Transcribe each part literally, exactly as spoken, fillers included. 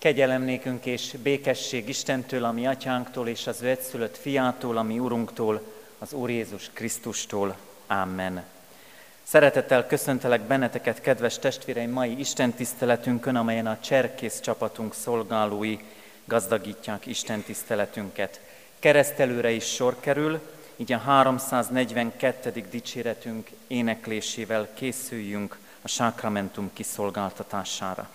Kegyelem nékünk és békesség Istentől, a mi atyánktól, és az ő egyszülött fiától, a mi Urunktól, az Úr Jézus Krisztustól. Amen. Szeretettel köszöntelek benneteket, kedves testvéreim, mai istentiszteletünkön, amelyen a cserkész csapatunk szolgálói gazdagítják istentiszteletünket. Keresztelőre is sor kerül, így a háromszáznegyvenkettedik dicséretünk éneklésével készüljünk a sákramentum kiszolgáltatására.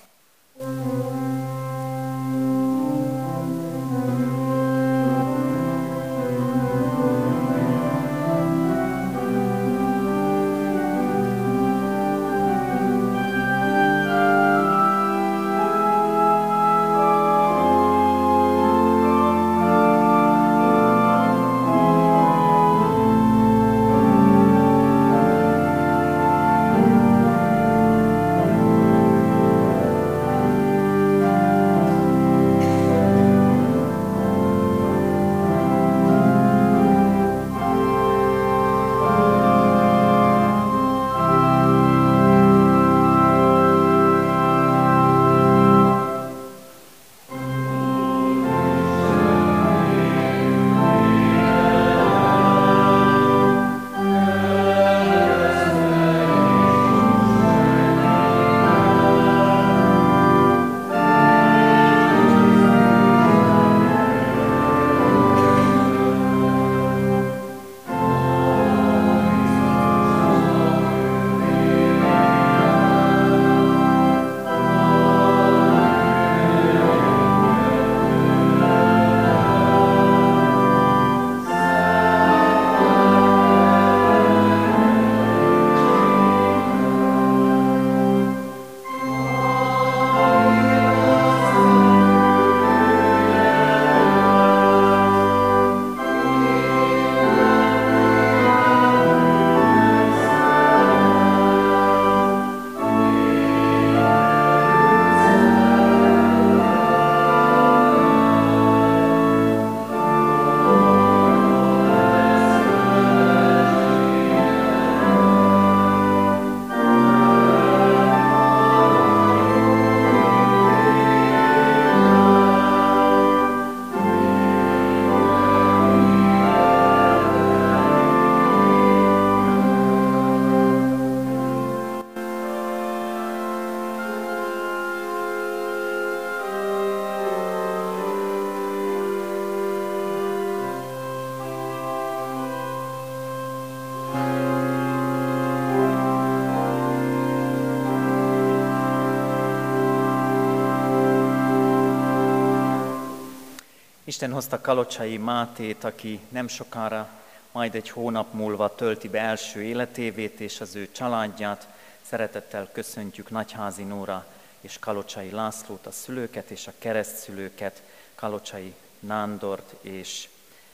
Isten hozta Kalocsai Mátét, aki nem sokára, majd egy hónap múlva tölti be első életévét, és az ő családját. Szeretettel köszöntjük Nagyházi Nóra és Kalocsai Lászlót, a szülőket és a keresztszülőket, Kalocsai Nándort és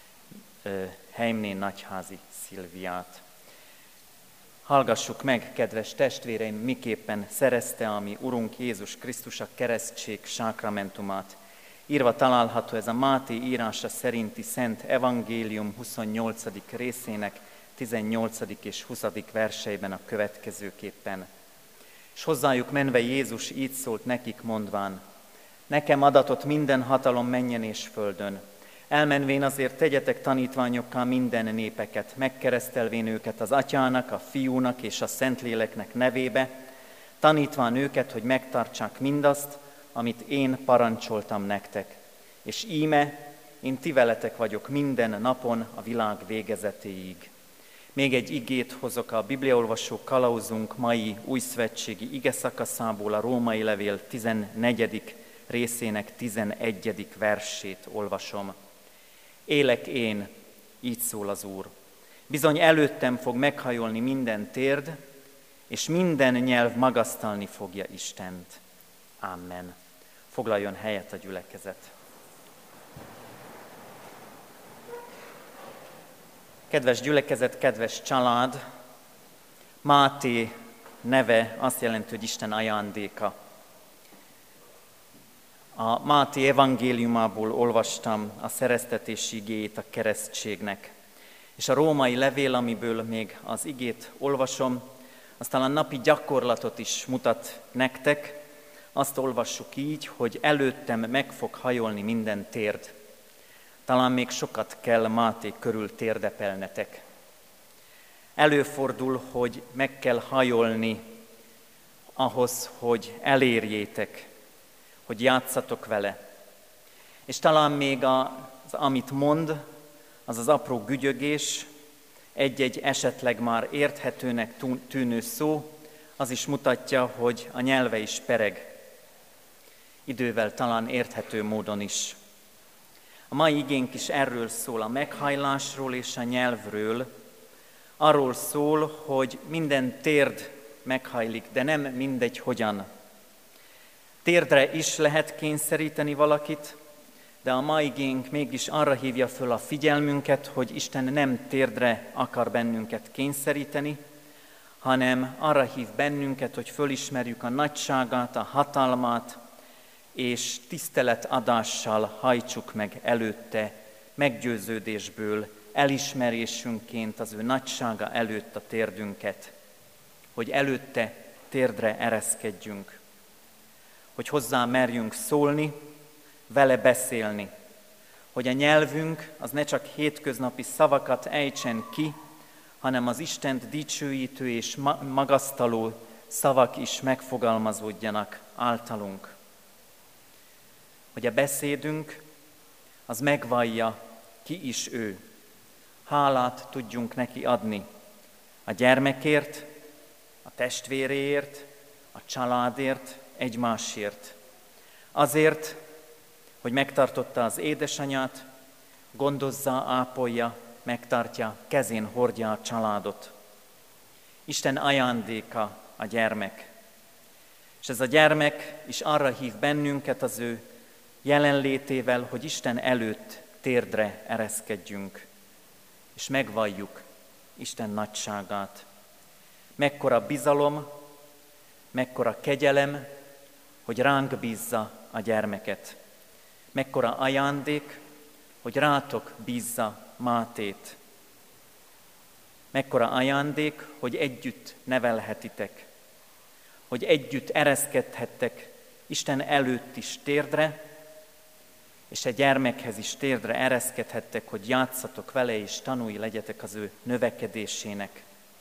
ö, Heimné Nagyházi Szilviát. Hallgassuk meg, kedves testvéreim, miképpen szerezte a mi Urunk Jézus Krisztus a keresztség sákramentumát. Írva található ez a Máté írása szerinti Szent Evangélium huszonnyolcadik részének tizennyolcadik és huszadik verseiben a következőképpen. És hozzájuk menve Jézus így szólt nekik mondván: nekem adatott minden hatalom mennyen és földön. Elmenvén azért tegyetek tanítványokká minden népeket, megkeresztelvén őket az Atyának, a Fiúnak és a Szentléleknek nevébe, tanítván őket, hogy megtartsák mindazt, amit én parancsoltam nektek. És íme, én ti veletek vagyok minden napon a világ végezetéig. Még egy igét hozok a bibliaolvasó kalauzunk mai újszövetségi ige szakaszából, a Római Levél tizennegyedik részének tizenegyedik versét olvasom. Élek én, így szól az Úr. Bizony előttem fog meghajolni minden térd, és minden nyelv magasztalni fogja Istent. Amen. Foglaljon helyet a gyülekezet. Kedves gyülekezet, kedves család, Máté neve azt jelenti, hogy Isten ajándéka. A Máté evangéliumából olvastam a szereztetési igéjét a keresztségnek. És a római levél, amiből még az igét olvasom, az talán napi gyakorlatot is mutat nektek, Azt olvassuk így, hogy előttem meg fog hajolni minden térd. Talán még sokat kell Máté körül térdepelnetek. Előfordul, hogy meg kell hajolni ahhoz, hogy elérjétek, hogy játszatok vele. És talán még az, amit mond, az az apró gügyögés, egy-egy esetleg már érthetőnek tűnő szó, az is mutatja, hogy a nyelve is pereg. Idővel talán érthető módon is. A mai igénk is erről szól, a meghajlásról és a nyelvről. Arról szól, hogy minden térd meghajlik, de nem mindegy hogyan. Térdre is lehet kényszeríteni valakit, de a mai igénk mégis arra hívja föl a figyelmünket, hogy Isten nem térdre akar bennünket kényszeríteni, hanem arra hív bennünket, hogy fölismerjük a nagyságát, a hatalmát, és tiszteletadással hajtsuk meg előtte, meggyőződésből, elismerésünként az ő nagysága előtt a térdünket, hogy előtte térdre ereszkedjünk, hogy hozzá merjünk szólni, vele beszélni, hogy a nyelvünk az ne csak hétköznapi szavakat ejtsen ki, hanem az Istent dicsőítő és magasztaló szavak is megfogalmazódjanak általunk. Hogy a beszédünk az megvallja, ki is ő. Hálát tudjunk neki adni a gyermekért, a testvéréért, a családért, egymásért. Azért, hogy megtartotta az édesanyát, gondozza, ápolja, megtartja, kezén hordja a családot. Isten ajándéka a gyermek. És ez a gyermek is arra hív bennünket az ő jelenlétével, hogy Isten előtt térdre ereszkedjünk, és megvalljuk Isten nagyságát. Mekkora bizalom, mekkora kegyelem, hogy ránk bízza a gyermeket. Mekkora ajándék, hogy rátok bízza Mátét. Mekkora ajándék, hogy együtt nevelhetitek, hogy együtt ereszkedhettek Isten előtt is térdre, és egy gyermekhez is térdre ereszkedhettek, hogy játszatok vele, és tanúi legyetek az ő növekedésének.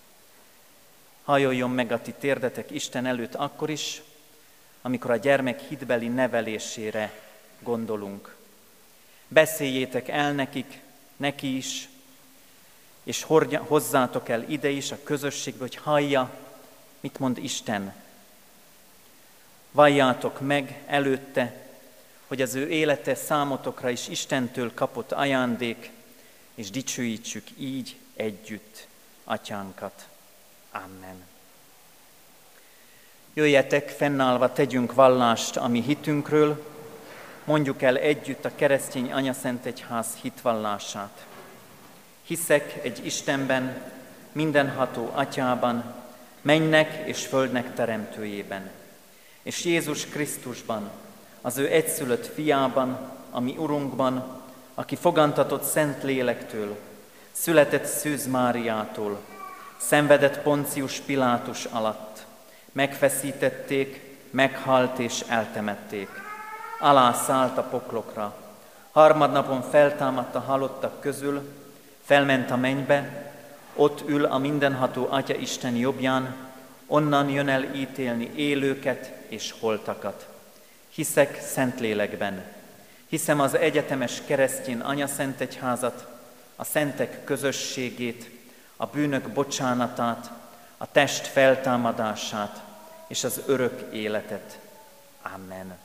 Hajoljon meg a ti térdetek Isten előtt akkor is, amikor a gyermek hitbeli nevelésére gondolunk. Beszéljétek el nekik, neki is, és hozzátok el ide is a közösségbe, hogy hallja, mit mond Isten. Valljátok meg előtte, hogy az ő élete számotokra is Istentől kapott ajándék, és dicsőítsük így együtt Atyánkat. Amen. Jöjjetek, fennállva tegyünk vallást a mi hitünkről, mondjuk el együtt a keresztény anyaszentegyház hitvallását. Hiszek egy Istenben, mindenható Atyában, mennynek és földnek teremtőjében, és Jézus Krisztusban, az ő egyszülött fiában, a mi Urunkban, aki fogantatott Szent Lélektől, született Szűz Máriától, szenvedett Poncius Pilátus alatt, megfeszítették, meghalt és eltemették. Alá szállt a poklokra, harmadnapon feltámadt a halottak közül, felment a mennybe, ott ül a mindenható Atya Isten jobbján, onnan jön el ítélni élőket és holtakat. Hiszek Szentlélekben, hiszem az egyetemes keresztény anyaszentegyházat, a szentek közösségét, a bűnök bocsánatát, a test feltámadását és az örök életet. Amen.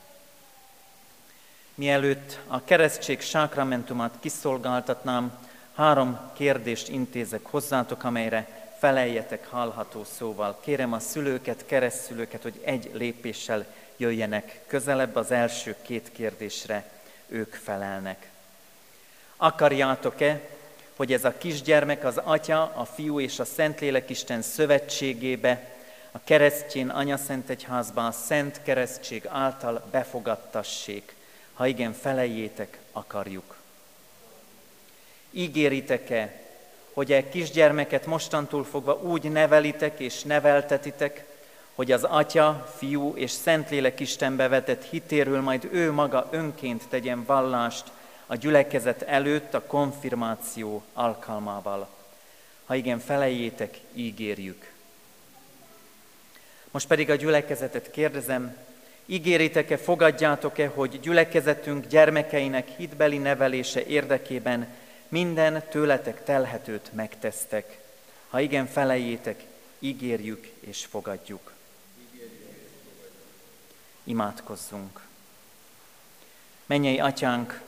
Mielőtt a keresztség sákramentumát kiszolgáltatnám, három kérdést intézek hozzátok, amelyre feleljetek hallható szóval. Kérem a szülőket, keresztszülőket, hogy egy lépéssel jöjjenek közelebb, az első két kérdésre ők felelnek. Akarjátok-e, hogy ez a kisgyermek az Atya, a Fiú és a Szentlélek Isten szövetségébe, a keresztény anyaszentegyházban a Szent Keresztség által befogadtassék? Ha igen, feleljétek, akarjuk. Ígéritek-e, hogy egy kisgyermeket mostantól fogva úgy nevelitek és neveltetitek, hogy az Atya, Fiú és Szentlélek Istenbe vetett hitéről majd ő maga önként tegyen vallást a gyülekezet előtt a konfirmáció alkalmával. Ha igen, feleljétek, ígérjük. Most pedig a gyülekezetet kérdezem, ígéritek-e, fogadjátok-e, hogy gyülekezetünk gyermekeinek hitbeli nevelése érdekében minden tőletek telhetőt megtesztek? Ha igen, feleljétek, ígérjük és fogadjuk. Imádkozzunk. Mennyei Atyánk,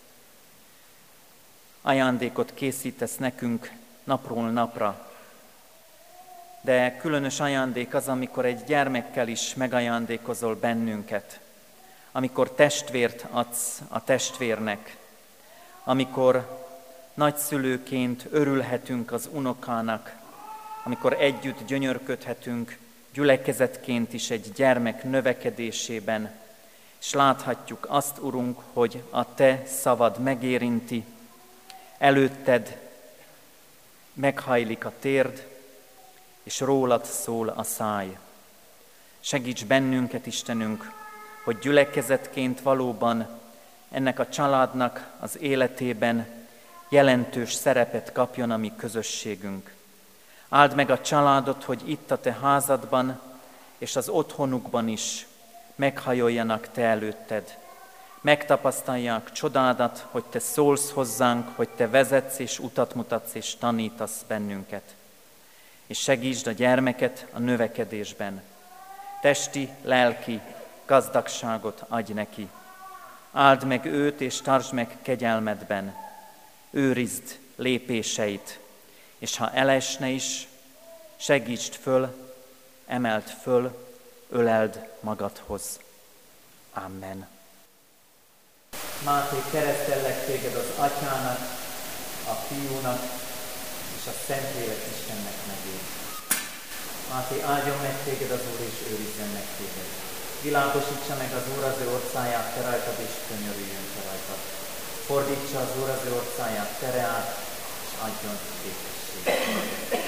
ajándékot készítesz nekünk napról napra, de különös ajándék az, amikor egy gyermekkel is megajándékozol bennünket, amikor testvért adsz a testvérnek, amikor nagyszülőként örülhetünk az unokának, amikor együtt gyönyörködhetünk gyülekezetként is egy gyermek növekedésében, és láthatjuk azt, Urunk, hogy a Te szavad megérinti, előtted meghajlik a térd, és rólad szól a száj. Segíts bennünket, Istenünk, hogy gyülekezetként valóban ennek a családnak az életében jelentős szerepet kapjon a mi közösségünk. Áld meg a családot, hogy itt a Te házadban és az otthonukban is meghajoljanak Te előtted. Megtapasztalják csodádat, hogy Te szólsz hozzánk, hogy Te vezetsz és utat mutatsz és tanítasz bennünket. És segítsd a gyermeket a növekedésben. Testi, lelki gazdagságot adj neki. Áld meg őt és tartsd meg kegyelmedben. Őrizd lépéseit, és ha elesne is, segítsd föl, emeld föl, öleld magadhoz. Amen. Máté, keresztellek téged az Atyának, a Fiúnak és a Szentlélek Istennek nevét. Máté, áldjon meg téged az Úr, és őrizzen meg téged. Világosítsa meg az Úr az ő orcáját te rajtad, és könyörüljön te rajtad. Fordítsa az Úr az ő orcáját te reád, és adjon békességet.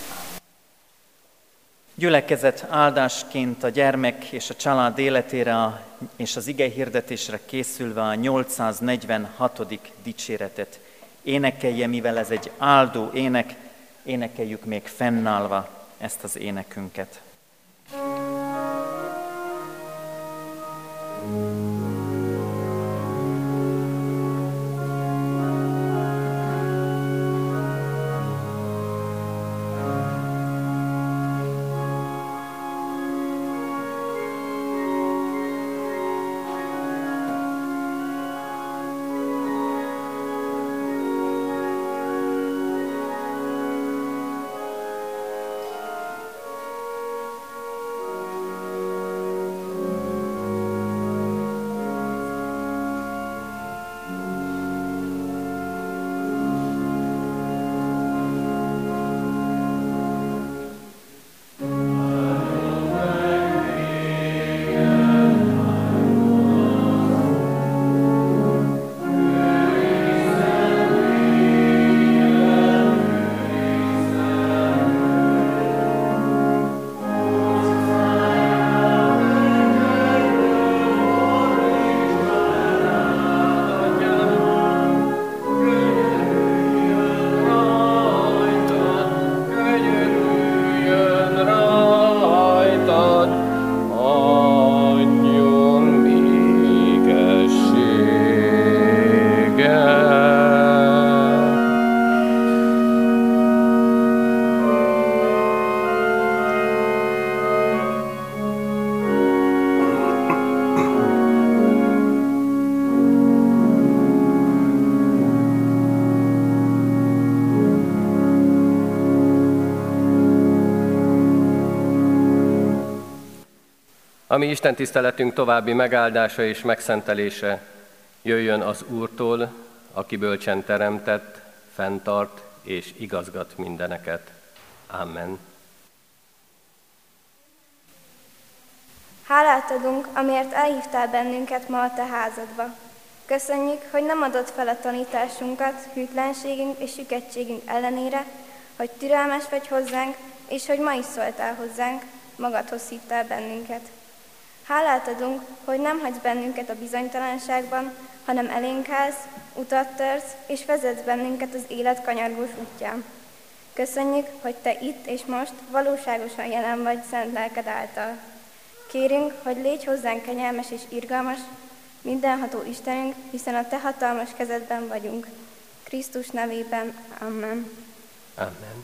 Gyülekezet áldásként a gyermek és a család életére a, és az ige hirdetésre készülve a nyolcszáznegyvenhatodik dicséretet énekelje, mivel ez egy áldó ének, énekeljük még fennállva ezt az énekünket. A mi Isten tiszteletünk további megáldása és megszentelése jöjjön az Úrtól, aki bölcsen teremtett, fenntart és igazgat mindeneket. Amen. Hálát adunk, amiért elhívtál bennünket ma a te házadba. Köszönjük, hogy nem adod fel a tanításunkat hűtlenségünk és süketségünk ellenére, hogy türelmes vagy hozzánk, és hogy ma is szóltál hozzánk, magadhoz hittál bennünket. Hálát adunk, hogy nem hagysz bennünket a bizonytalanságban, hanem elénk állsz, utat törsz, és vezetsz bennünket az élet kanyargós útján. Köszönjük, hogy Te itt és most valóságosan jelen vagy szent lelked által. Kérünk, hogy légy hozzánk kegyelmes és irgalmas, mindenható Istenünk, hiszen a Te hatalmas kezedben vagyunk. Krisztus nevében. Amen. Amen.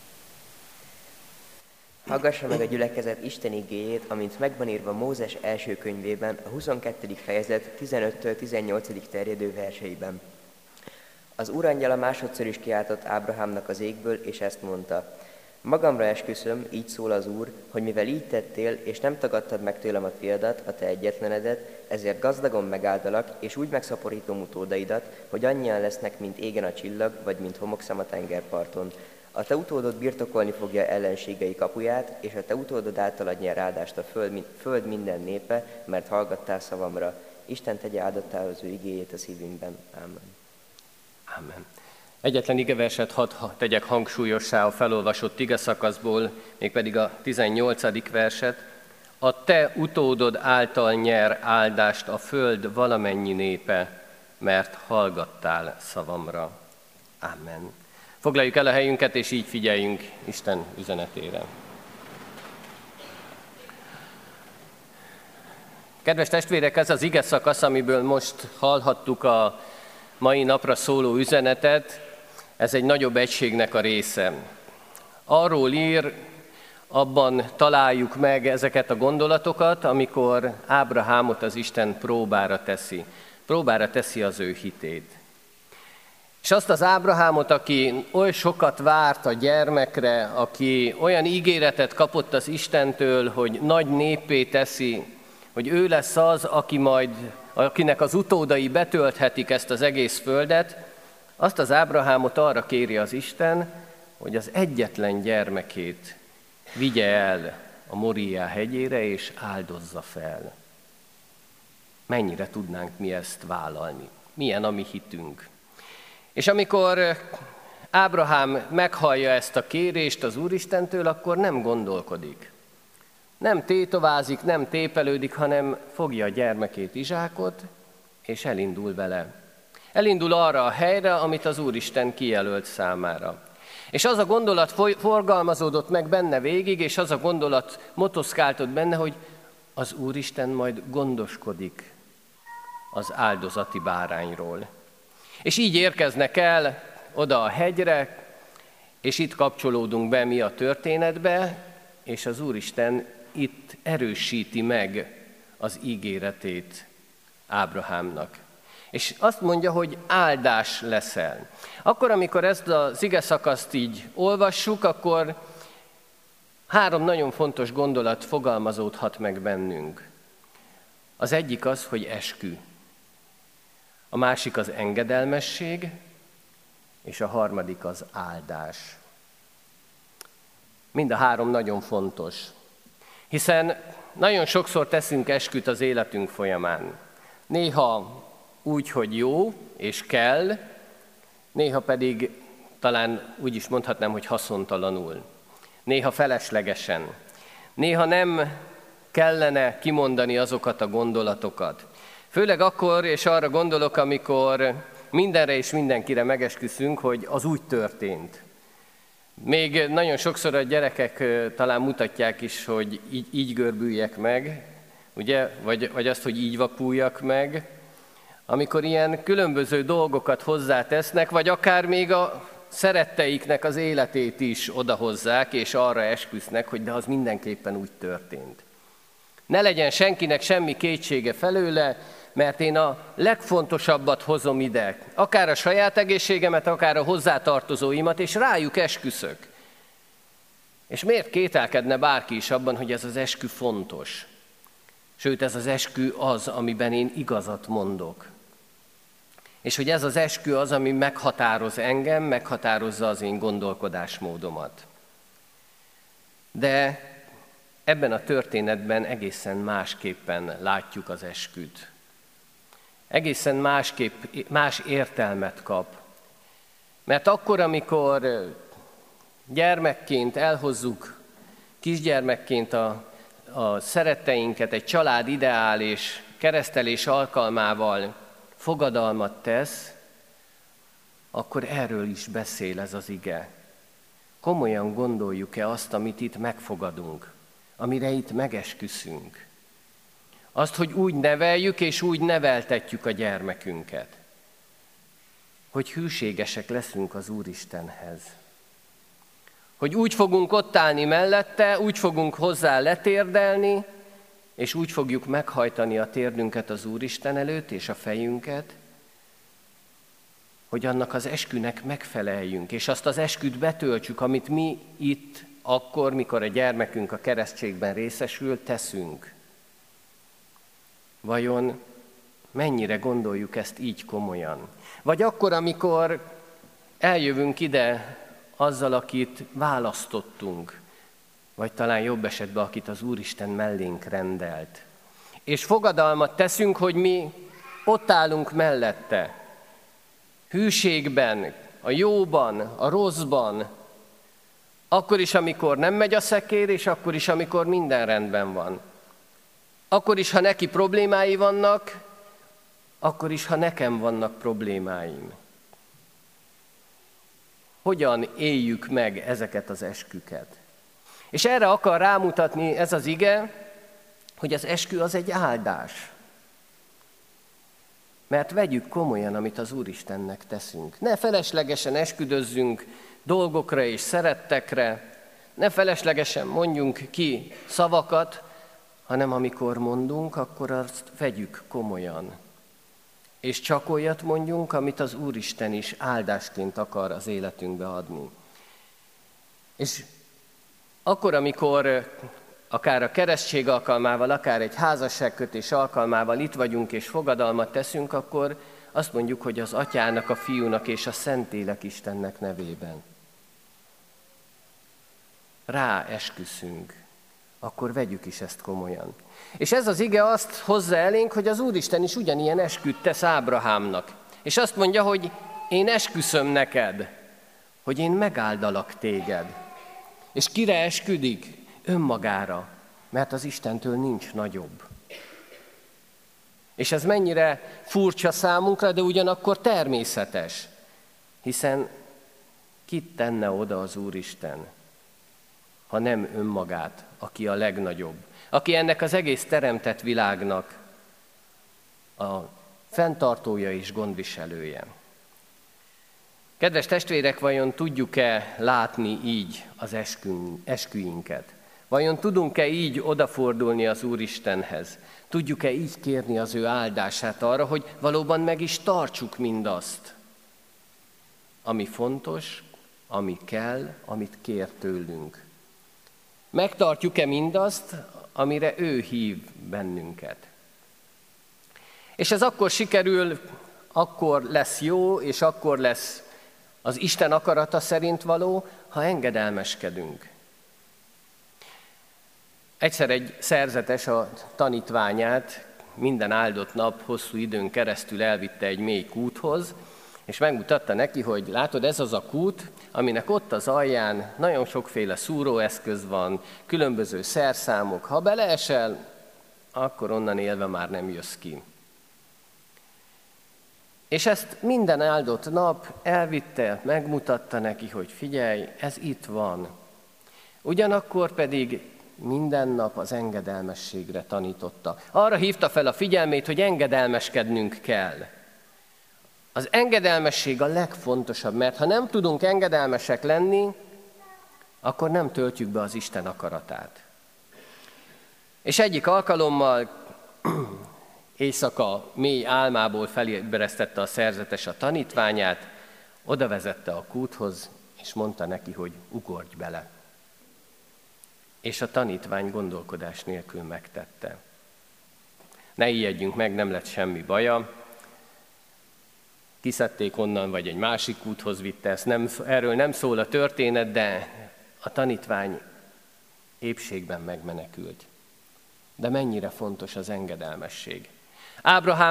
Hallgassa meg a gyülekezet Isten igéjét, amint megvan írva Mózes első könyvében, a huszonkettedik fejezet tizenöttől tizennyolcadig terjedő verseiben. Az úrangyala másodszor is kiáltott Ábrahámnak az égből, és ezt mondta: Magamra esküszöm, így szól az Úr, hogy mivel így tettél, és nem tagadtad meg tőlem a fiadat, a te egyetlenedet, ezért gazdagon megáldalak, és úgy megszaporítom utódaidat, hogy annyian lesznek, mint égen a csillag, vagy mint homokszám a tengerparton. A te utódod birtokolni fogja ellenségei kapuját, és a te utódod által ad nyer áldást a föld, föld minden népe, mert hallgattál szavamra. Isten tegye áldottá az ő igéjét a szívünkben. Amen. Amen. Egyetlen igeverset hadd tegyek hangsúlyossá a felolvasott igeszakaszból, mégpedig a tizennyolcadik verset. A te utódod által nyer áldást a föld valamennyi népe, mert hallgattál szavamra. Amen. Foglaljuk el a helyünket, és így figyeljünk Isten üzenetére. Kedves testvérek, ez az ige szakasz, amiből most hallhattuk a mai napra szóló üzenetet, ez egy nagyobb egységnek a része. Arról ír, abban találjuk meg ezeket a gondolatokat, amikor Ábrahámot az Isten próbára teszi. Próbára teszi az ő hitét. És azt az Ábrahámot, aki oly sokat várt a gyermekre, aki olyan ígéretet kapott az Istentől, hogy nagy néppé teszi, hogy ő lesz az, aki majd, akinek az utódai betölthetik ezt az egész földet, azt az Ábrahámot arra kéri az Isten, hogy az egyetlen gyermekét vigye el a Moriá hegyére és áldozza fel. Mennyire tudnánk mi ezt vállalni? Milyen a mi hitünk? És amikor Ábrahám meghallja ezt a kérést az Úristentől, akkor nem gondolkodik. Nem tétovázik, nem tépelődik, hanem fogja a gyermekét, Izsákot, és elindul vele. Elindul arra a helyre, amit az Úristen kijelölt számára. És az a gondolat forgalmazódott meg benne végig, és az a gondolat motoszkáltott benne, hogy az Úristen majd gondoskodik az áldozati bárányról. És így érkeznek el oda a hegyre, és itt kapcsolódunk be mi a történetbe, és az Úristen itt erősíti meg az ígéretét Ábrahámnak. És azt mondja, hogy áldás leszel. Akkor, amikor ezt az igeszakaszt így olvassuk, akkor három nagyon fontos gondolat fogalmazódhat meg bennünk. Az egyik az, hogy eskü. A másik az engedelmesség, és a harmadik az áldás. Mind a három nagyon fontos, hiszen nagyon sokszor teszünk esküt az életünk folyamán. Néha úgy, hogy jó és kell, néha pedig talán úgy is mondhatnám, hogy haszontalanul. Néha feleslegesen. Néha nem kellene kimondani azokat a gondolatokat. Főleg akkor, és arra gondolok, amikor mindenre és mindenkire megesküszünk, hogy az úgy történt. Még nagyon sokszor a gyerekek talán mutatják is, hogy így, így görbüljek meg, ugye? Vagy, vagy azt, hogy így vakuljak meg. Amikor ilyen különböző dolgokat hozzátesznek, vagy akár még a szeretteiknek az életét is odahozzák, és arra esküsznek, hogy de az mindenképpen úgy történt. Ne legyen senkinek semmi kétsége felőle, mert én a legfontosabbat hozom ide, akár a saját egészségemet, akár a hozzátartozóimat, és rájuk esküszök. És miért kételkedne bárki is abban, hogy ez az eskü fontos? Sőt, ez az eskü az, amiben én igazat mondok. És hogy ez az eskü az, ami meghatároz engem, meghatározza az én gondolkodásmódomat. De ebben a történetben egészen másképpen látjuk az esküt. Egészen másképp, más értelmet kap. Mert akkor, amikor gyermekként elhozzuk kisgyermekként a, a szeretteinket egy család ideál és keresztelés alkalmával fogadalmat tesz, akkor erről is beszél ez az ige. Komolyan gondoljuk-e azt, amit itt megfogadunk, amire itt megesküszünk? Azt, hogy úgy neveljük és úgy neveltetjük a gyermekünket, hogy hűségesek leszünk az Úristenhez. Hogy úgy fogunk ott állni mellette, úgy fogunk hozzá letérdelni, és úgy fogjuk meghajtani a térdünket az Úristen előtt és a fejünket, hogy annak az eskünek megfeleljünk, és azt az esküt betöltsük, amit mi itt akkor, mikor a gyermekünk a keresztségben részesül, teszünk. Vajon mennyire gondoljuk ezt így komolyan? Vagy akkor, amikor eljövünk ide azzal, akit választottunk, vagy talán jobb esetben, akit az Úristen mellénk rendelt. És fogadalmat teszünk, hogy mi ott állunk mellette, hűségben, a jóban, a rosszban, akkor is, amikor nem megy a szekér, és akkor is, amikor minden rendben van. Akkor is, ha neki problémái vannak, akkor is, ha nekem vannak problémáim. Hogyan éljük meg ezeket az esküket? És erre akar rámutatni ez az ige, hogy az eskü az egy áldás. Mert vegyük komolyan, amit az Úristennek teszünk. Ne feleslegesen esküdözzünk dolgokra és szerettekre, ne feleslegesen mondjunk ki szavakat, hanem amikor mondunk, akkor azt vegyük komolyan. És csak olyat mondjunk, amit az Úristen is áldásként akar az életünkbe adni. És akkor, amikor akár a keresztség alkalmával, akár egy házasságkötés alkalmával itt vagyunk és fogadalmat teszünk, akkor azt mondjuk, hogy az Atyának, a Fiúnak és a Szentlélek Istennek nevében. Rá esküszünk, akkor vegyük is ezt komolyan. És ez az ige azt hozza elénk, hogy az Úristen is ugyanilyen esküt tesz Ábrahámnak. És azt mondja, hogy én esküszöm neked, hogy én megáldalak téged. És kire esküdik? Önmagára, mert az Istentől nincs nagyobb. És ez mennyire furcsa számunkra, de ugyanakkor természetes, hiszen kit tenne oda az Úristen, ha nem önmagát, aki a legnagyobb, aki ennek az egész teremtett világnak a fenntartója és gondviselője. Kedves testvérek, vajon tudjuk-e látni így az esküinket? Vajon tudunk-e így odafordulni az Úristenhez? Tudjuk-e így kérni az ő áldását arra, hogy valóban meg is tartsuk mindazt, ami fontos, ami kell, amit kér tőlünk? Megtartjuk-e mindazt, amire ő hív bennünket? És ez akkor sikerül, akkor lesz jó, és akkor lesz az Isten akarata szerint való, ha engedelmeskedünk. Egyszer egy szerzetes a tanítványát minden áldott nap hosszú időn keresztül elvitte egy mély kúthoz, és megmutatta neki, hogy látod, ez az a kút, aminek ott az alján nagyon sokféle szúróeszköz van, különböző szerszámok. Ha beleesel, akkor onnan élve már nem jössz ki. És ezt minden áldott nap elvitte, megmutatta neki, hogy figyelj, ez itt van. Ugyanakkor pedig minden nap az engedelmességre tanította. Arra hívta fel a figyelmét, hogy engedelmeskednünk kell. Az engedelmesség a legfontosabb, mert ha nem tudunk engedelmesek lenni, akkor nem töltjük be az Isten akaratát. És egyik alkalommal éjszaka mély álmából felébresztette a szerzetes a tanítványát, oda vezette a kúthoz, és mondta neki, hogy ugorj bele. És a tanítvány gondolkodás nélkül megtette. Ne ijedjünk meg, nem lett semmi baja. Kiszedték onnan, vagy egy másik úthoz vitte, ezt nem, erről nem szól a történet, de a tanítvány épségben megmenekült. De mennyire fontos az engedelmesség.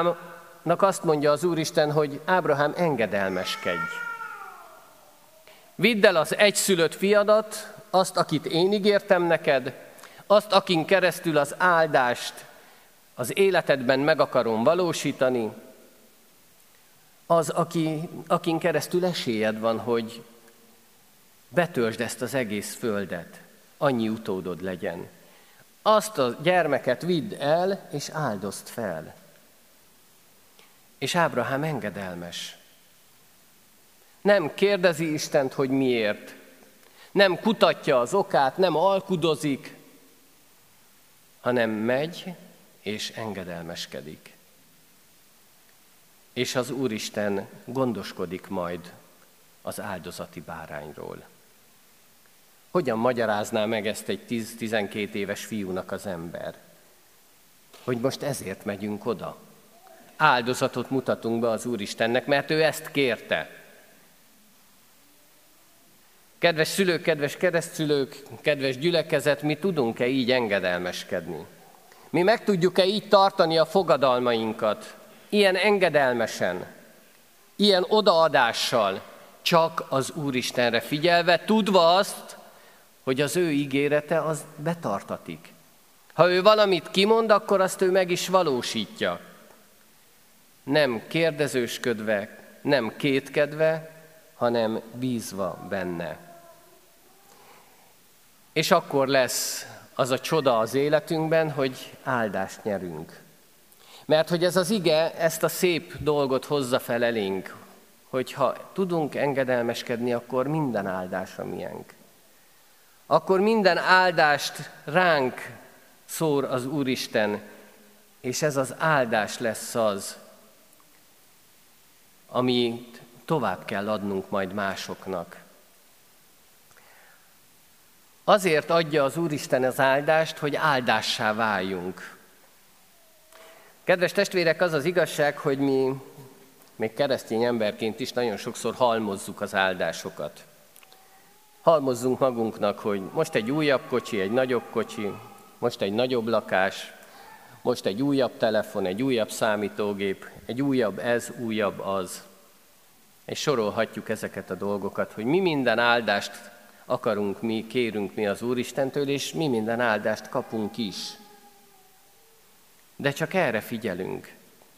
Ábrahámnak azt mondja az Úristen, hogy Ábrahám, engedelmeskedj. Vidd el az egyszülött fiadat, azt, akit én ígértem neked, azt, akin keresztül az áldást az életedben meg akarom valósítani, az, aki, akin keresztül esélyed van, hogy betöltsd ezt az egész földet, annyi utódod legyen. Azt a gyermeket vidd el, és áldozd fel. És Ábrahám engedelmes. Nem kérdezi Istent, hogy miért. Nem kutatja az okát, nem alkudozik, hanem megy és engedelmeskedik. És az Úristen gondoskodik majd az áldozati bárányról. Hogyan magyarázná meg ezt egy tíz-tizenkét éves fiúnak az ember? Hogy most ezért megyünk oda. Áldozatot mutatunk be az Úristennek, mert ő ezt kérte. Kedves szülők, kedves keresztszülők, kedves gyülekezet, mi tudunk-e így engedelmeskedni? Mi meg tudjuk-e így tartani a fogadalmainkat? Ilyen engedelmesen, ilyen odaadással, csak az Úristenre figyelve, tudva azt, hogy az ő ígérete az betartatik. Ha ő valamit kimond, akkor azt ő meg is valósítja. Nem kérdezősködve, nem kétkedve, hanem bízva benne. És akkor lesz az a csoda az életünkben, hogy áldást nyerünk. Mert hogy ez az ige ezt a szép dolgot hozza fel elénk, hogy ha tudunk engedelmeskedni, akkor minden áldás a miénk. Akkor minden áldást ránk szór az Úristen, és ez az áldás lesz az, amit tovább kell adnunk majd másoknak. Azért adja az Úristen az áldást, hogy áldássá váljunk. Kedves testvérek, az az igazság, hogy mi még keresztény emberként is nagyon sokszor halmozzuk az áldásokat. Halmozzunk magunknak, hogy most egy újabb kocsi, egy nagyobb kocsi, most egy nagyobb lakás, most egy újabb telefon, egy újabb számítógép, egy újabb ez, újabb az. És sorolhatjuk ezeket a dolgokat, hogy mi minden áldást akarunk mi, kérünk mi az Úristentől, és mi minden áldást kapunk is. De csak erre figyelünk.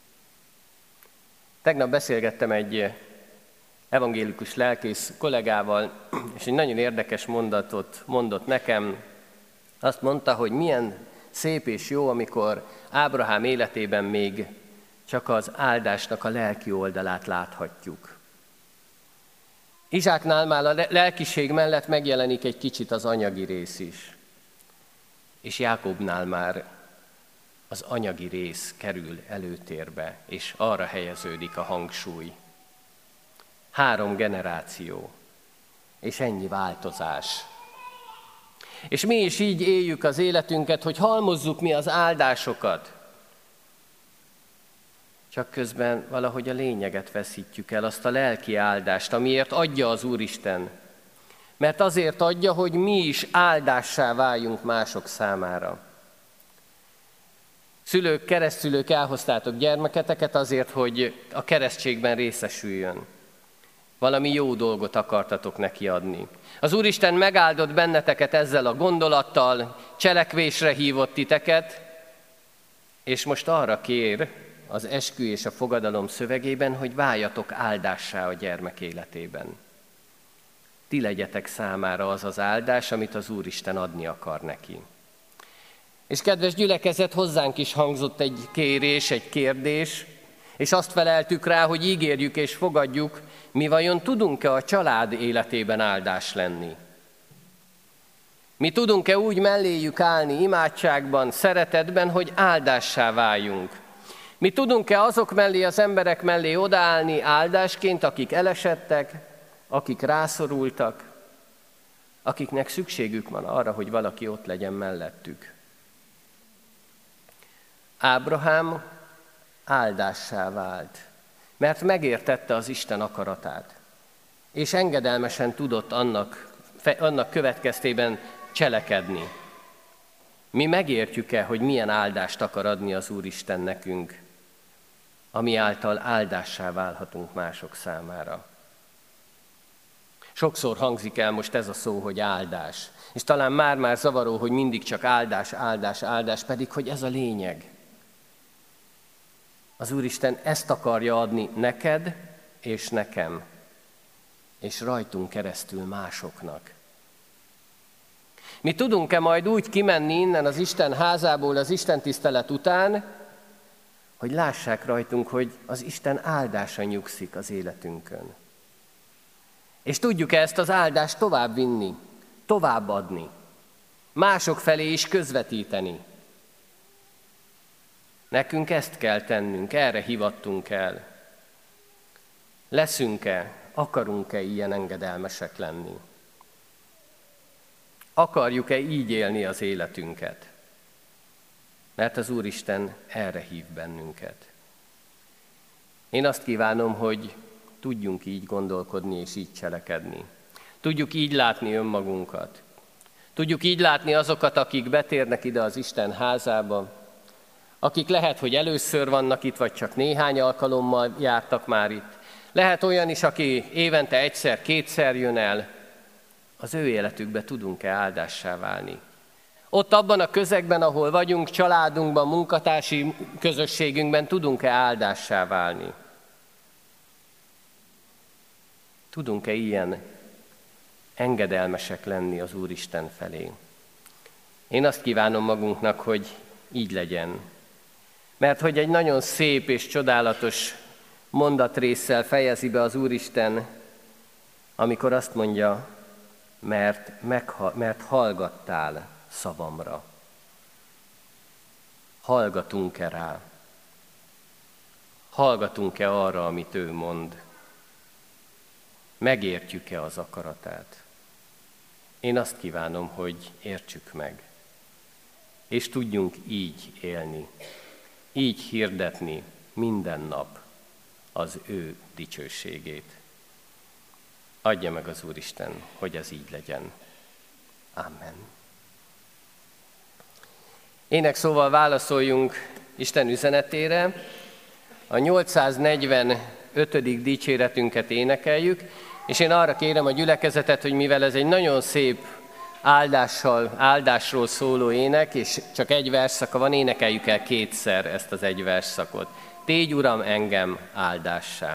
Tegnap beszélgettem egy evangélikus lelkész kollégával, és egy nagyon érdekes mondatot mondott nekem. Azt mondta, hogy milyen szép és jó, amikor Ábrahám életében még csak az áldásnak a lelki oldalát láthatjuk. Izsáknál már a lelkiség mellett megjelenik egy kicsit az anyagi rész is. És Jákobnál már az anyagi rész kerül előtérbe, és arra helyeződik a hangsúly. Három generáció, és ennyi változás. És mi is így éljük az életünket, hogy halmozzuk mi az áldásokat. Csak közben valahogy a lényeget veszítjük el, azt a lelki áldást, amiért adja az Úristen. Mert azért adja, hogy mi is áldássá váljunk mások számára. Szülők, keresztszülők, elhoztátok gyermeketeket azért, hogy a keresztségben részesüljön. Valami jó dolgot akartatok neki adni. Az Úristen megáldott benneteket ezzel a gondolattal, cselekvésre hívott titeket, és most arra kér az eskü és a fogadalom szövegében, hogy váljatok áldássá a gyermek életében. Ti legyetek számára az az áldás, amit az Úristen adni akar neki. És kedves gyülekezet, hozzánk is hangzott egy kérés, egy kérdés, és azt feleltük rá, hogy ígérjük és fogadjuk, mi vajon tudunk-e a család életében áldás lenni? Mi tudunk-e úgy melléjük állni imádságban, szeretetben, hogy áldássá váljunk? Mi tudunk-e azok mellé, az emberek mellé odaállni áldásként, akik elesettek, akik rászorultak, akiknek szükségük van arra, hogy valaki ott legyen mellettük? Ábrahám áldássá vált, mert megértette az Isten akaratát, és engedelmesen tudott annak, annak következtében cselekedni. Mi megértjük-e, hogy milyen áldást akar adni az Úristen nekünk, ami által áldássá válhatunk mások számára? Sokszor hangzik el most ez a szó, hogy áldás. És talán már-már zavaró, hogy mindig csak áldás, áldás, áldás, pedig hogy ez a lényeg. Az Úristen ezt akarja adni neked és nekem, és rajtunk keresztül másoknak. Mi tudunk-e majd úgy kimenni innen az Isten házából az Isten tisztelet után, hogy lássák rajtunk, hogy az Isten áldása nyugszik az életünkön. És tudjuk-e ezt az áldást tovább vinni, továbbadni, mások felé is közvetíteni. Nekünk ezt kell tennünk, erre hivattunk el. Leszünk-e, akarunk-e ilyen engedelmesek lenni? Akarjuk-e így élni az életünket? Mert az Úristen erre hív bennünket. Én azt kívánom, hogy tudjunk így gondolkodni és így cselekedni. Tudjuk így látni önmagunkat. Tudjuk így látni azokat, akik betérnek ide az Isten házába, akik lehet, hogy először vannak itt, vagy csak néhány alkalommal jártak már itt. Lehet olyan is, aki évente egyszer, kétszer jön el. Az ő életükbe tudunk-e áldássá válni? Ott abban a közegben, ahol vagyunk, családunkban, munkatársi közösségünkben tudunk-e áldássá válni? Tudunk-e ilyen engedelmesek lenni az Úristen felé? Én azt kívánom magunknak, hogy így legyen. Mert hogy egy nagyon szép és csodálatos mondatrésszel fejezi be az Úristen, amikor azt mondja, mert, megha- mert hallgattál szavamra. Hallgatunk-e rá? Hallgatunk-e arra, amit ő mond? Megértjük-e az akaratát? Én azt kívánom, hogy értsük meg, és tudjunk így élni, így hirdetni minden nap az ő dicsőségét. Adja meg az Úristen, hogy ez így legyen. Amen. Énekszóval válaszoljunk Isten üzenetére. A nyolcszáznegyvenötödik dicséretünket énekeljük, és én arra kérem a gyülekezetet, hogy mivel ez egy nagyon szép áldással, áldásról szóló ének, és csak egy versszaka van, énekeljük el kétszer ezt az egy versszakot. Tégy, Uram, engem áldássá!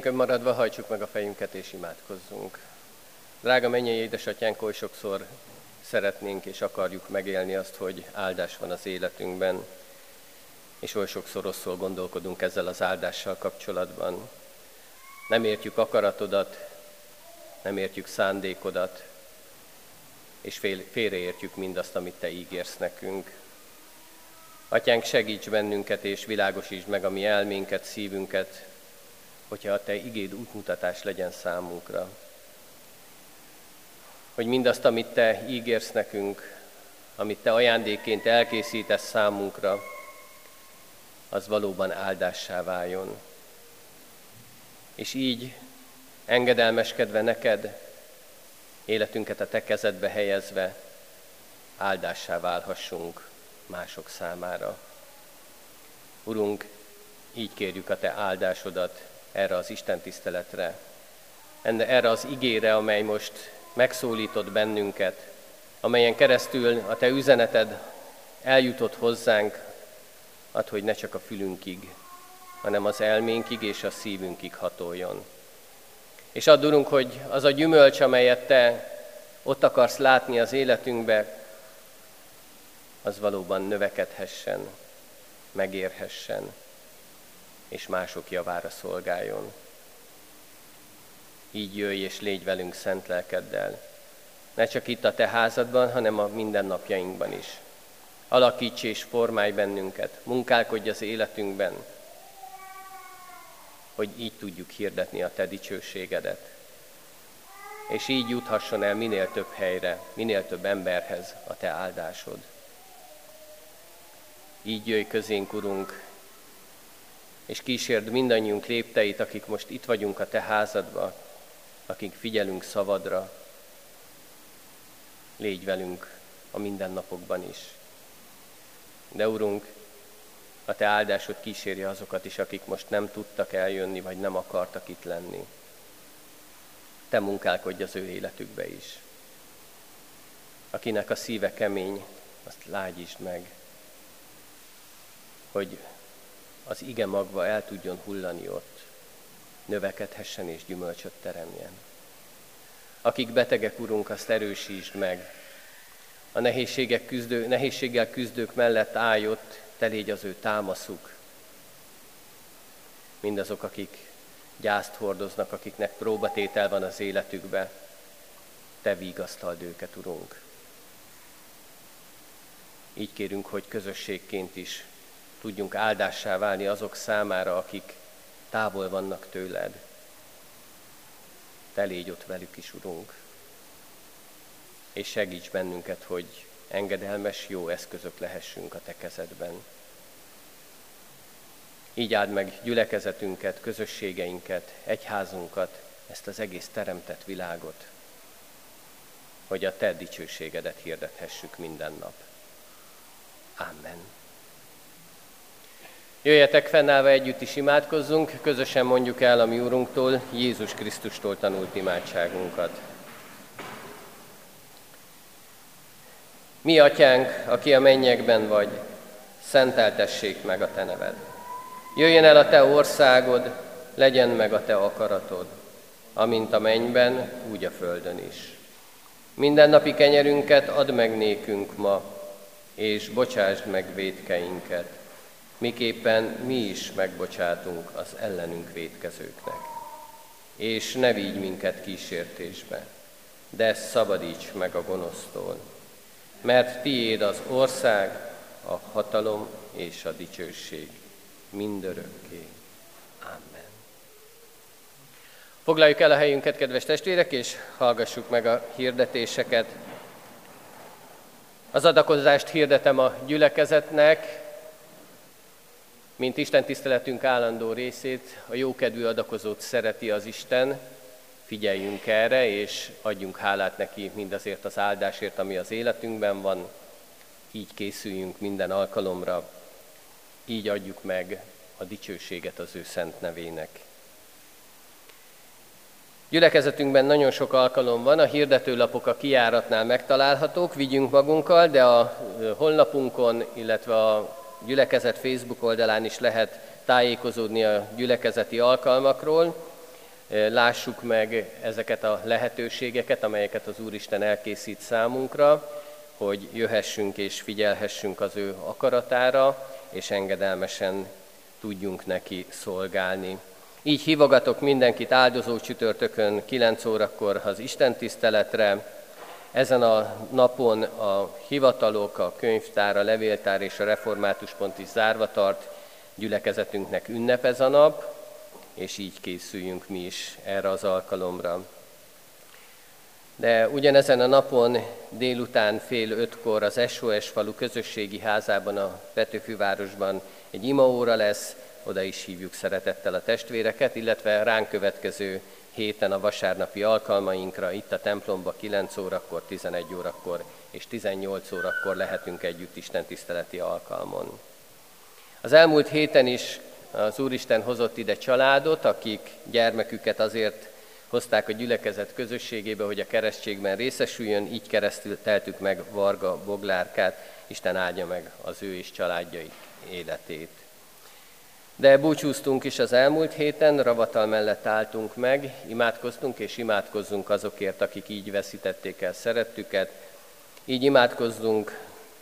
Helyünkön maradva hajtsuk meg a fejünket és imádkozzunk. Drága mennyei édesatyánk, oly sokszor szeretnénk és akarjuk megélni azt, hogy áldás van az életünkben, és oly sokszor rosszul gondolkodunk ezzel az áldással kapcsolatban. Nem értjük akaratodat, nem értjük szándékodat, és fél, félreértjük mindazt, amit Te ígérsz nekünk. Atyánk, segíts bennünket, és világosítsd meg a mi elménket, szívünket, hogyha a Te igéd útmutatás legyen számunkra. Hogy mindazt, amit Te ígérsz nekünk, amit Te ajándékként elkészítesz számunkra, az valóban áldássá váljon. És így, engedelmeskedve neked, életünket a Te kezedbe helyezve, áldássá válhassunk mások számára. Urunk, így kérjük a Te áldásodat erre az Isten tiszteletre, erre az igére, amely most megszólított bennünket, amelyen keresztül a Te üzeneted eljutott hozzánk, add, hogy ne csak a fülünkig, hanem az elménkig és a szívünkig hatoljon. És add, Urunk, hogy az a gyümölcs, amelyet Te ott akarsz látni az életünkbe, az valóban növekedhessen, megérhessen, és mások javára szolgáljon. Így jöjj és légy velünk szent lelkeddel, ne csak itt a Te házadban, hanem a mindennapjainkban is. Alakíts és formálj bennünket, munkálkodj az életünkben, hogy így tudjuk hirdetni a Te dicsőségedet. És így juthasson el minél több helyre, minél több emberhez a Te áldásod. Így jöjj közénk, Urunk, és kísérd mindannyiunk lépteit, akik most itt vagyunk a Te házadba, akik figyelünk szavadra. Légy velünk a mindennapokban is. De Urunk, a Te áldásod kísérje azokat is, akik most nem tudtak eljönni, vagy nem akartak itt lenni. Te munkálkodj az ő életükbe is. Akinek a szíve kemény, azt lágyítsd meg, hogy az ige magva el tudjon hullani ott, növekedhessen és gyümölcsöt teremjen. Akik betegek, Urunk, azt erősítsd meg. A nehézségek küzdő, nehézséggel küzdők mellett állj ott, Te légy az ő támaszuk. Mindazok, akik gyászt hordoznak, akiknek próbatétel van az életükbe, Te vigasztald őket, Urunk. Így kérünk, hogy közösségként is tudjunk áldássá válni azok számára, akik távol vannak tőled. Te légy ott velük is, Urunk. És segíts bennünket, hogy engedelmes, jó eszközök lehessünk a Te kezedben. Így áld meg gyülekezetünket, közösségeinket, egyházunkat, ezt az egész teremtett világot, hogy a Te dicsőségedet hirdethessük minden nap. Amen. Jöjjetek, fennállva együtt is imádkozzunk, közösen mondjuk el a mi Úrunktól, Jézus Krisztustól tanult imádságunkat. Mi atyánk, aki a mennyekben vagy, szenteltessék meg a Te neved. Jöjjön el a Te országod, legyen meg a Te akaratod, amint a mennyben, úgy a földön is. Mindennapi kenyerünket add meg nékünk ma, és bocsásd meg vétkeinket, miképpen mi is megbocsátunk az ellenünk vétkezőknek. És ne vigy minket kísértésbe, de szabadíts meg a gonosztól, mert tiéd az ország, a hatalom és a dicsőség mindörökké. Amen. Foglaljuk el a helyünket, kedves testvérek, és hallgassuk meg a hirdetéseket. Az adakozást hirdetem a gyülekezetnek, mint Isten tiszteletünk állandó részét. A jókedvű adakozót szereti az Isten, figyeljünk erre, és adjunk hálát neki mindazért az áldásért, ami az életünkben van. Így készüljünk minden alkalomra, így adjuk meg a dicsőséget az ő szent nevének. Gyülekezetünkben nagyon sok alkalom van, a hirdetőlapok a kijáratnál megtalálhatók, vigyünk magunkkal, de a honlapunkon, illetve a gyülekezet Facebook oldalán is lehet tájékozódni a gyülekezeti alkalmakról. lássuk meg ezeket a lehetőségeket, amelyeket az Úristen elkészít számunkra, hogy jöhessünk és figyelhessünk az ő akaratára, és engedelmesen tudjunk neki szolgálni. Így hívogatok mindenkit áldozó csütörtökön kilenc órakor az istentiszteletre. Ezen a napon a hivatalok, a könyvtár, a levéltár és a református pont is zárva tart, gyülekezetünknek ünnep ez a nap, és így készüljünk mi is erre az alkalomra. De ugyanezen a napon délután fél ötkor az es o es falu közösségi házában, a Petőfivárosban egy imaóra lesz, oda is hívjuk szeretettel a testvéreket, illetve ránk következő héten a vasárnapi alkalmainkra, itt a templomba kilenc órakor, tizenegy órakor és tizennyolc órakor lehetünk együtt istentiszteleti alkalmon. Az elmúlt héten is az Úristen hozott ide családot, akik gyermeküket azért hozták a gyülekezet közösségébe, hogy a keresztségben részesüljön, így kereszteltük meg Varga Boglárkát, Isten áldja meg az ő és családjaik életét. De búcsúztunk is az elmúlt héten, ravatal mellett álltunk meg, imádkoztunk és imádkozzunk azokért, akik így veszítették el szerettüket. Így imádkozzunk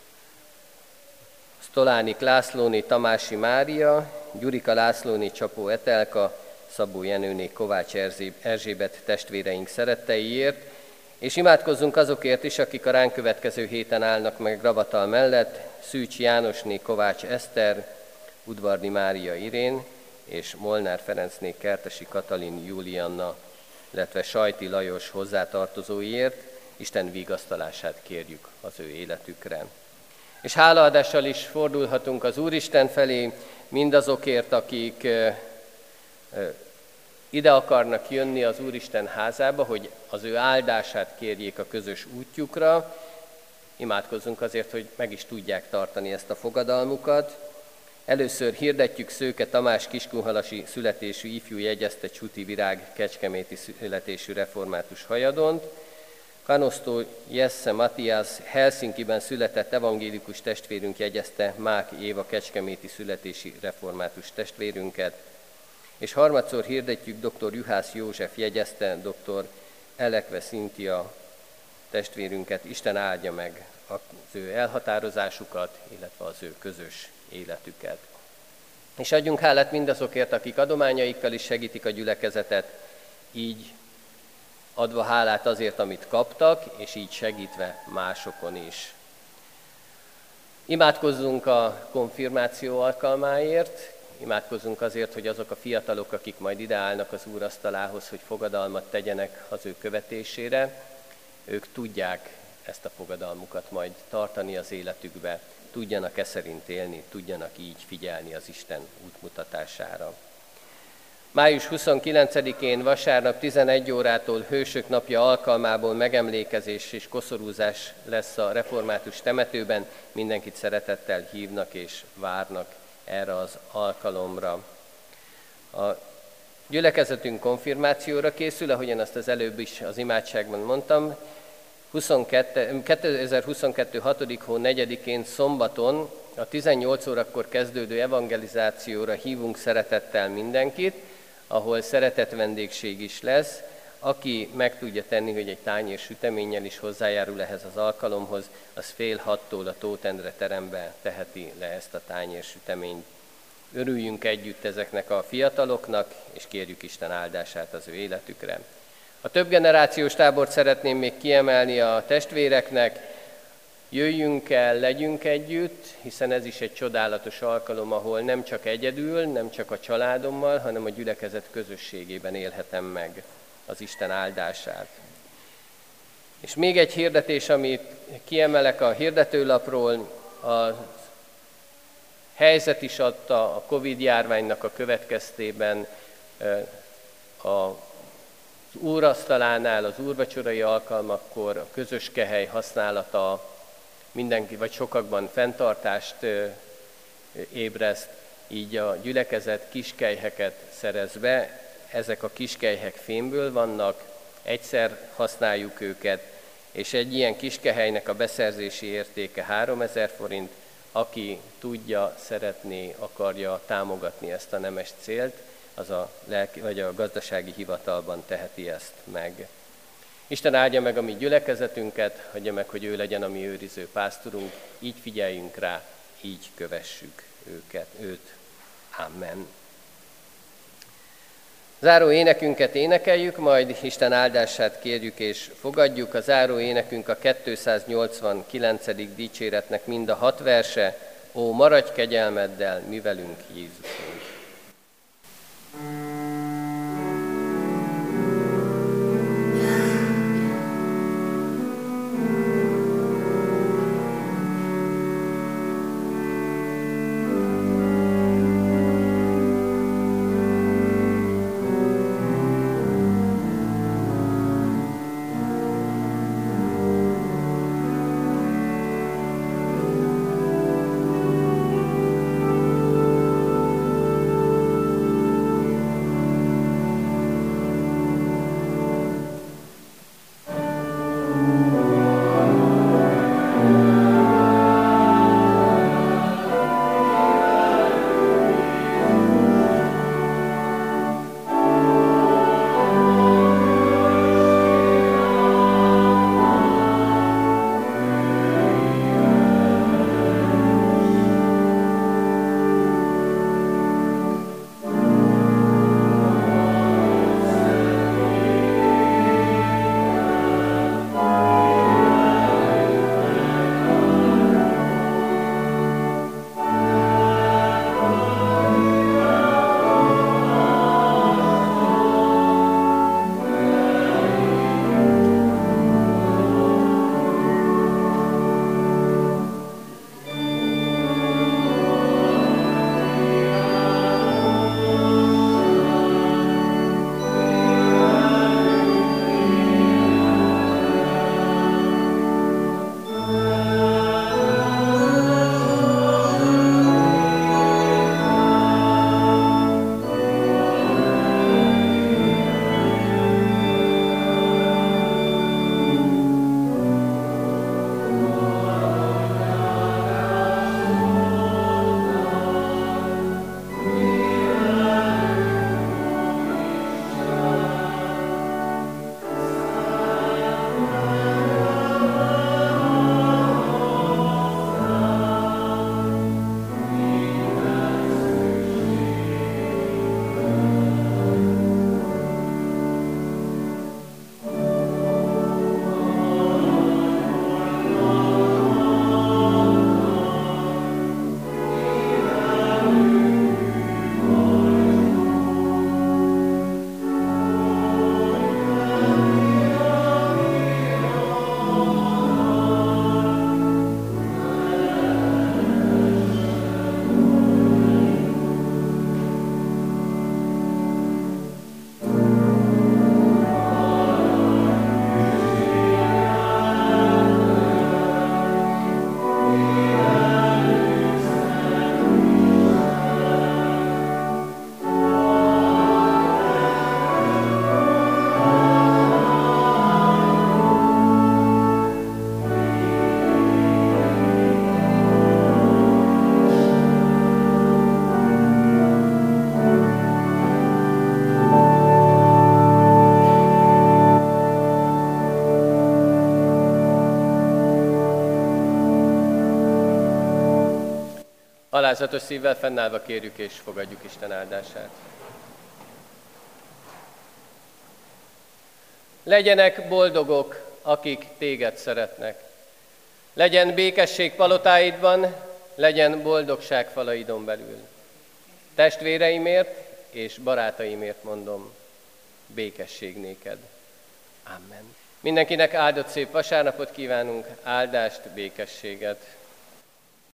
Sztolánik Lászlóné, Tamási Mária, Gyurika Lászlóné, Csapó Etelka, Szabó Jenőné, Kovács Erzsébet testvéreink szeretteiért, és imádkozzunk azokért is, akik a ránk következő héten állnak meg ravatal mellett, Szűcs Jánosné, Kovács Eszter, Udvardi Mária Irén, és Molnár Ferencné, Kertesi Katalin Júlianna, illetve Sajti Lajos hozzátartozóiért. Isten vigasztalását kérjük az ő életükre. És hálaadással is fordulhatunk az Úristen felé, mindazokért, akik ide akarnak jönni az Úristen házába, hogy az ő áldását kérjék a közös útjukra. Imádkozzunk azért, hogy meg is tudják tartani ezt a fogadalmukat. Először hirdetjük Szőke Tamás kiskunhalasi születésű ifjú jegyezte Csuti Virág kecskeméti születésű református hajadont, Kanosztó Jesse Matthias Helsinkiben született evangélikus testvérünk jegyezte Mák Éva kecskeméti születési református testvérünket, és harmadszor hirdetjük dr. Juhász József jegyezte dr. Elekve Szintia testvérünket, Isten áldja meg az ő elhatározásukat, illetve az ő közös életüket. És adjunk hálát mindazokért, akik adományaikkal is segítik a gyülekezetet, így adva hálát azért, amit kaptak, és így segítve másokon is. Imádkozzunk a konfirmáció alkalmáért, imádkozzunk azért, hogy azok a fiatalok, akik majd ide állnak az úrasztalához, hogy fogadalmat tegyenek az ő követésére, ők tudják ezt a fogadalmukat majd tartani az életükbe, tudjanak e szerint élni, tudjanak így figyelni az Isten útmutatására. május huszonkilencedikén vasárnap tizenegy órától Hősök napja alkalmából megemlékezés és koszorúzás lesz a református temetőben. Mindenkit szeretettel hívnak és várnak erre az alkalomra. A gyülekezetünk konfirmációra készül, ahogyan azt az előbb is az imádságban mondtam. kétezer-huszonkettő. hatodik hó negyedikén szombaton a tizennyolc órakor kezdődő evangelizációra hívunk szeretettel mindenkit, ahol szeretett vendégség is lesz. Aki meg tudja tenni, hogy egy tányér süteménnyel is hozzájárul ehhez az alkalomhoz, az fél hattól a Tóth Endre terembe teheti le ezt a tányér süteményt. Örüljünk együtt ezeknek a fiataloknak, és kérjük Isten áldását az ő életükre. A több generációs tábort szeretném még kiemelni a testvéreknek. Jöjjünk el, legyünk együtt, hiszen ez is egy csodálatos alkalom, ahol nem csak egyedül, nem csak a családommal, hanem a gyülekezet közösségében élhetem meg az Isten áldását. És még egy hirdetés, amit kiemelek a hirdetőlapról, a helyzet is adta a Covid-járványnak a következtében a az úrasztalánál, az úrvacsorai alkalmakkor a közös kehely használata mindenki, vagy sokakban fenntartást ébreszt, így a gyülekezet kiskelyheket szerez be. Ezek a kiskelyhek fémből vannak, egyszer használjuk őket, és egy ilyen kiskehelynek a beszerzési értéke háromezer forint, aki tudja, szeretné, akarja támogatni ezt a nemes célt, az a, lelki, vagy a gazdasági hivatalban teheti ezt meg. Isten áldja meg a mi gyülekezetünket, hagyja meg, hogy ő legyen a mi őriző pásztorunk, így figyeljünk rá, így kövessük őket, őt. Amen. Záró énekünket énekeljük, majd Isten áldását kérjük és fogadjuk. A záró énekünk a kétszáznyolcvankilencedik dicséretnek mind a hat verse. Ó, maradj kegyelmeddel, mi velünk, Jézusunk! Alázatos szívvel fennállva kérjük és fogadjuk Isten áldását. Legyenek boldogok, akik téged szeretnek. Legyen békesség palotáidban, legyen boldogság falaidon belül. Testvéreimért és barátaimért mondom, békesség néked. Amen. Mindenkinek áldott szép vasárnapot kívánunk, áldást, békességet.